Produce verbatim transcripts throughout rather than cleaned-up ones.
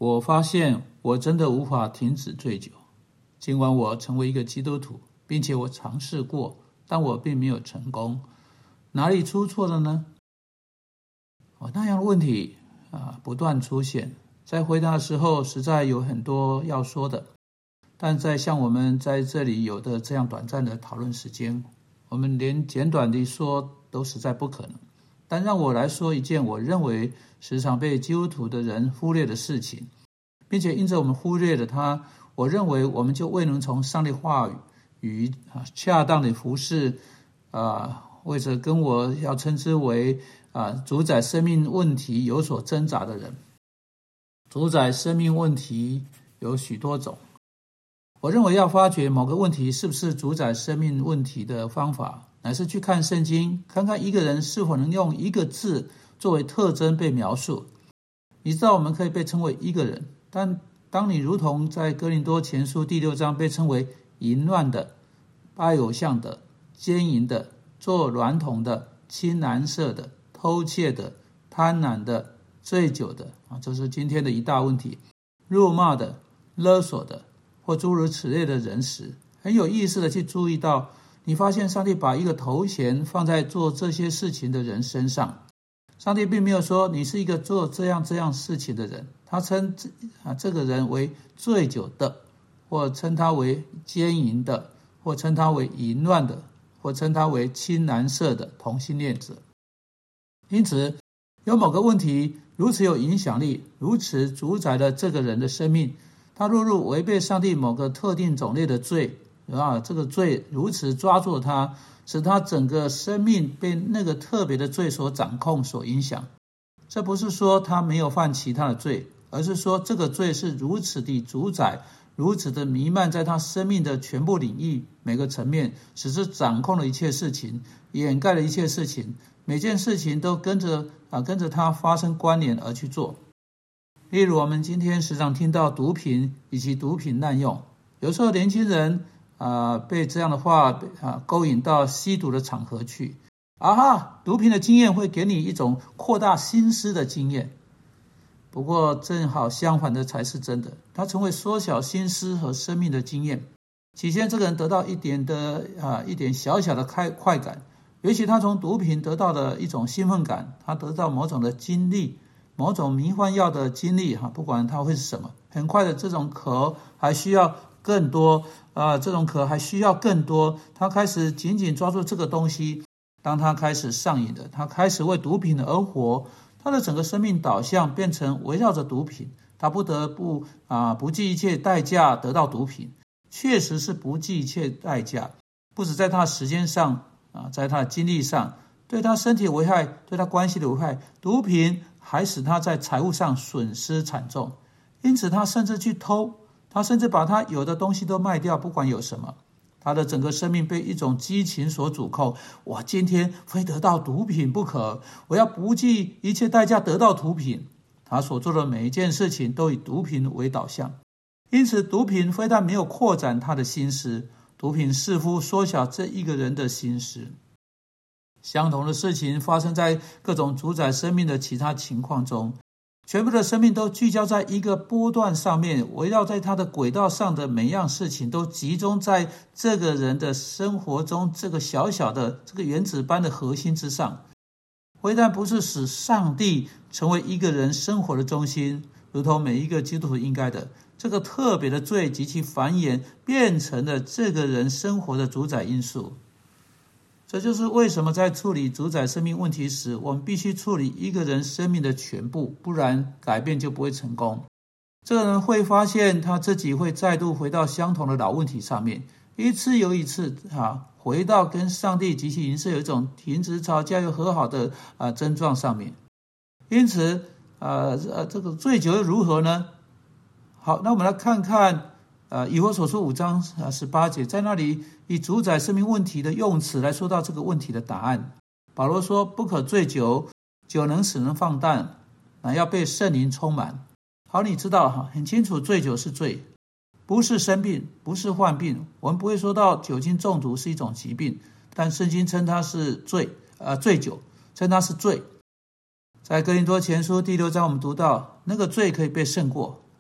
我发现我真的无法停止醉酒，尽管我成为一个基督徒，并且我尝试过，但我并没有成功。哪里出错了呢？哦，那样的问题啊不断出现，在回答的时候实在有很多要说的，但在像我们在这里有的这样短暂的讨论时间，我们连简短地说都实在不可能。但让我来说一件我认为时常被基督徒的人忽略的事情，并且因着我们忽略了它，我认为我们就未能从上帝话语与恰当的服事啊，为着跟我要称之为啊主宰生命问题有所挣扎的人。主宰生命问题有许多种，我认为要发觉某个问题是不是主宰生命问题的方法，乃是去看圣经，看看一个人是否能用一个字作为特征被描述。你知道我们可以被称为一个人，但当你如同在哥林多前书第六章被称为淫乱的、拜偶像的、奸淫的、做娈童的、亲男色的、偷窃的、贪婪的、醉酒的啊，这是今天的一大问题。辱骂的、勒索的或诸如此类的人时，很有意识的去注意到，你发现上帝把一个头衔放在做这些事情的人身上。上帝并没有说你是一个做这样这样事情的人，他称啊这个人为醉酒的，或称他为奸淫的，或称他为淫乱的，或称他为亲男色的同性恋者。因此，有某个问题如此有影响力，如此主宰了这个人的生命，他落入违背上帝某个特定种类的罪啊，这个罪如此抓住他，使他整个生命被那个特别的罪所掌控、所影响。这不是说他没有犯其他的罪，而是说这个罪是如此的主宰，如此的弥漫在他生命的全部领域、每个层面，使之掌控了一切事情，掩盖了一切事情，每件事情都跟着啊跟着他发生关联而去做。例如，我们今天时常听到毒品以及毒品滥用，有时候年轻人啊被这样的话啊勾引到吸毒的场合去。啊哈，毒品的经验会给你一种扩大心思的经验。不过正好相反的才是真的，它成为缩小心思和生命的经验。起先这个人得到一点的啊一点小小的开快感，也许他从毒品得到的一种兴奋感，他得到某种的经历，某种迷幻药的经历哈，不管它会是什么，很快的这种渴还需要更多啊，这种渴还需要更多，他开始紧紧抓住这个东西。当他开始上瘾了，他开始为毒品而活，他的整个生命导向变成围绕着毒品，他不得不啊不计一切代价得到毒品，确实是不计一切代价，不止在他时间上啊，在他的精力上，对他身体的危害，对他关系的危害，毒品还使他在财务上损失惨重，因此他甚至去偷，他甚至把他有的东西都卖掉，不管有什么。他的整个生命被一种激情所主控，我今天非得到毒品不可，我要不计一切代价得到毒品。他所做的每一件事情都以毒品为导向，因此毒品非但没有扩展他的心思，毒品似乎缩小这一个人的心思。相同的事情发生在各种主宰生命的其他情况中，全部的生命都聚焦在一个波段上面，围绕在他的轨道上的每样事情都集中在这个人的生活中这个小小的这个原子般的核心之上。非但不是使上帝成为一个人生活的中心，如同每一个基督徒应该的，这个特别的罪及其繁衍变成了这个人生活的主宰因素。这就是为什么在处理主宰生命问题时，我们必须处理一个人生命的全部，不然改变就不会成功。这个人会发现他自己会再度回到相同的老问题上面，一次又一次啊，回到跟上帝及其营是有一种停止吵架又和好的啊症状上面。因此啊呃这个醉酒又如何呢？好，那我们来看看呃，以弗所书五章十八节，在那里以主宰生命问题的用词来说到这个问题的答案。保罗说，不可醉酒，酒能使人放荡，乃要被圣灵充满。好，你知道哈，很清楚，醉酒是罪，不是生病，不是患病。我们不会说到酒精中毒是一种疾病，但圣经称它是罪，呃，醉酒，称它是罪。在哥林多前书第六章，我们读到那个罪可以被胜过。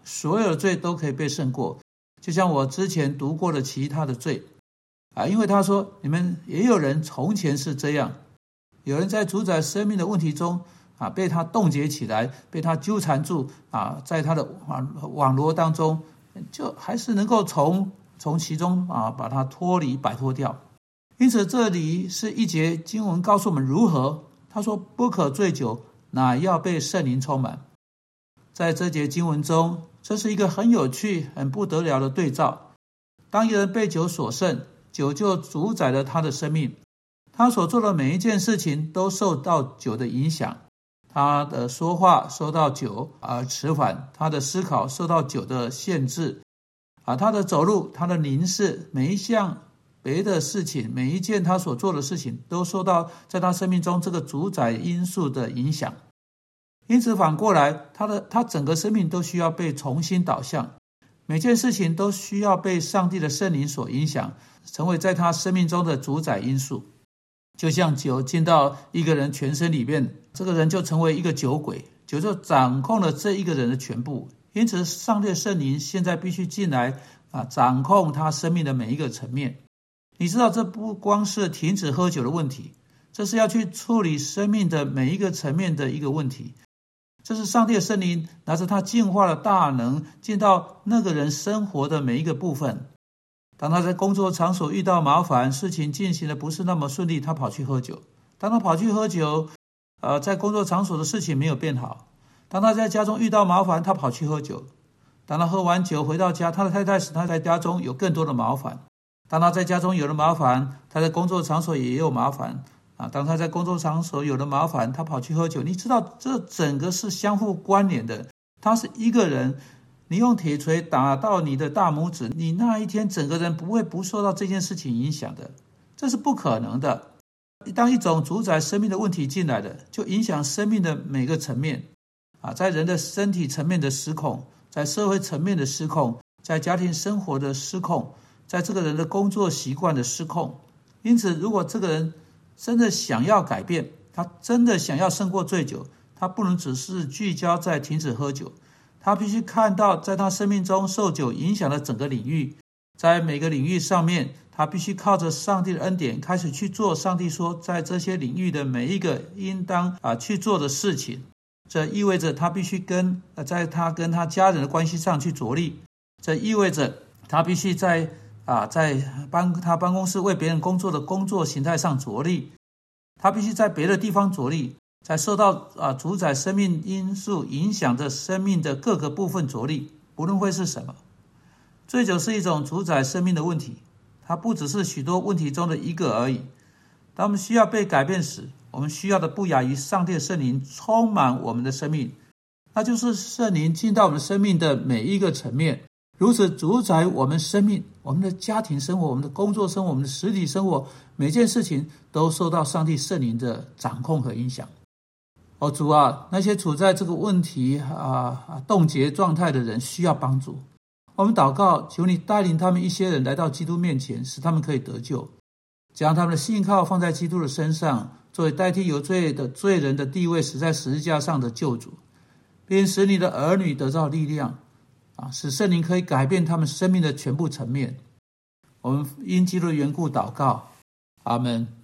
所有的罪都可以被胜过，就像我之前读过的其他的罪啊，因为他说你们也有人从前是这样，有人在主宰生命的问题中啊，被他冻结起来，被他纠缠住啊，在他的网罗当中，就还是能够从从其中啊把它脱离摆脱掉。因此这里是一节经文告诉我们如何，他说不可醉酒，乃要被圣灵充满。在这节经文中，这是一个很有趣很不得了的对照。当一个人被酒所胜，酒就主宰了他的生命，他所做的每一件事情都受到酒的影响，他的说话受到酒而迟缓，他的思考受到酒的限制啊，他的走路，他的凝视，每一项别的事情，每一件他所做的事情都受到在他生命中这个主宰因素的影响。因此反过来，他的他整个生命都需要被重新导向，每件事情都需要被上帝的圣灵所影响，成为在他生命中的主宰因素。就像酒进到一个人全身里面，这个人就成为一个酒鬼，酒就掌控了这一个人的全部。因此上帝的圣灵现在必须进来啊，掌控他生命的每一个层面。你知道这不光是停止喝酒的问题，这是要去处理生命的每一个层面的一个问题。这是上帝的圣灵拿着他净化的大能进到那个人生活的每一个部分。当他在工作场所遇到麻烦，事情进行的不是那么顺利，他跑去喝酒。当他跑去喝酒，呃，在工作场所的事情没有变好。当他在家中遇到麻烦，他跑去喝酒。当他喝完酒回到家，他的太太使他在家中有更多的麻烦。当他在家中有了麻烦，他在工作场所也有麻烦啊。当他在工作场所有了麻烦，他跑去喝酒。你知道这整个是相互关联的。他是一个人，你用铁锤打到你的大拇指，你那一天整个人不会不受到这件事情影响的，这是不可能的。当一种主宰生命的问题进来了，就影响生命的每个层面啊，在人的身体层面的失控，在社会层面的失控，在家庭生活的失控，在这个人的工作习惯的失控。因此如果这个人真的想要改变，他真的想要胜过醉酒，他不能只是聚焦在停止喝酒，他必须看到在他生命中受酒影响的整个领域，在每个领域上面，他必须靠着上帝的恩典开始去做上帝说在这些领域的每一个应当啊去做的事情。这意味着他必须跟在他跟他家人的关系上去着力，这意味着他必须在啊在帮他办公室为别人工作的工作形态上着力，他必须在别的地方着力，在受到啊主宰生命因素影响的生命的各个部分着力，不论会是什么。醉酒是一种主宰生命的问题，它不只是许多问题中的一个而已。当我们需要被改变时，我们需要的不亚于上帝的圣灵充满我们的生命，那就是圣灵进到我们生命的每一个层面，如此主宰我们生命，我们的家庭生活，我们的工作生活，我们的实体生活，每件事情都受到上帝圣灵的掌控和影响。哦，主啊，那些处在这个问题啊冻结状态的人需要帮助。我们祷告，求你带领他们一些人来到基督面前，使他们可以得救，将他们的信靠放在基督的身上，作为代替有罪的罪人的地位死在十字架上的救主，并使你的儿女得到力量啊，使圣灵可以改变他们生命的全部层面。我们因基督的缘故祷告，阿们。